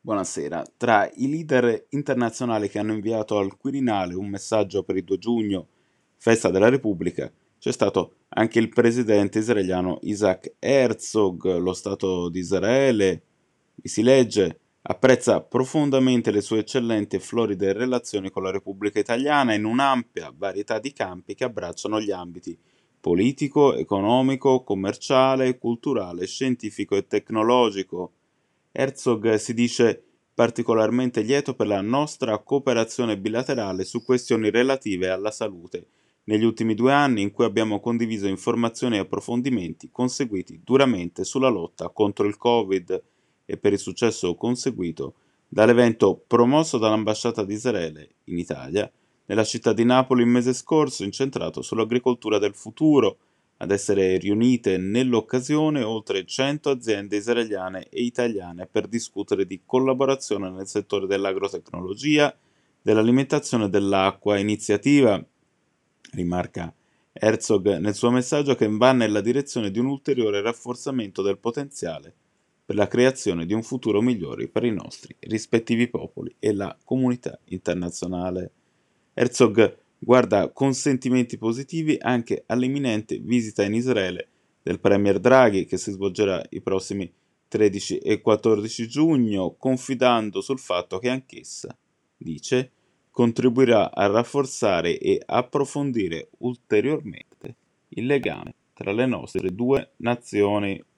Buonasera. Tra i leader internazionali che hanno inviato al Quirinale un messaggio per il 2 giugno, festa della Repubblica, c'è stato anche il presidente israeliano Isaac Herzog. Lo Stato di Israele, si legge, apprezza profondamente le sue eccellenti e floride relazioni con la Repubblica Italiana in un'ampia varietà di campi che abbracciano gli ambiti politico, economico, commerciale, culturale, scientifico e tecnologico. Herzog si dice particolarmente lieto per la nostra cooperazione bilaterale su questioni relative alla salute negli ultimi 2 anni, in cui abbiamo condiviso informazioni e approfondimenti conseguiti duramente sulla lotta contro il Covid e per il successo conseguito dall'evento promosso dall'ambasciata di Israele in Italia nella città di Napoli il mese scorso, incentrato sull'agricoltura del futuro. Ad essere riunite nell'occasione oltre 100 aziende israeliane e italiane per discutere di collaborazione nel settore dell'agrotecnologia, dell'alimentazione e dell'acqua, iniziativa, rimarca Herzog nel suo messaggio, che va nella direzione di un ulteriore rafforzamento del potenziale per la creazione di un futuro migliore per i nostri rispettivi popoli e la comunità internazionale. Herzog guarda con sentimenti positivi anche all'imminente visita in Israele del Premier Draghi, che si svolgerà i prossimi 13 e 14 giugno, confidando sul fatto che anch'essa, dice, contribuirà a rafforzare e approfondire ulteriormente il legame tra le nostre due nazioni.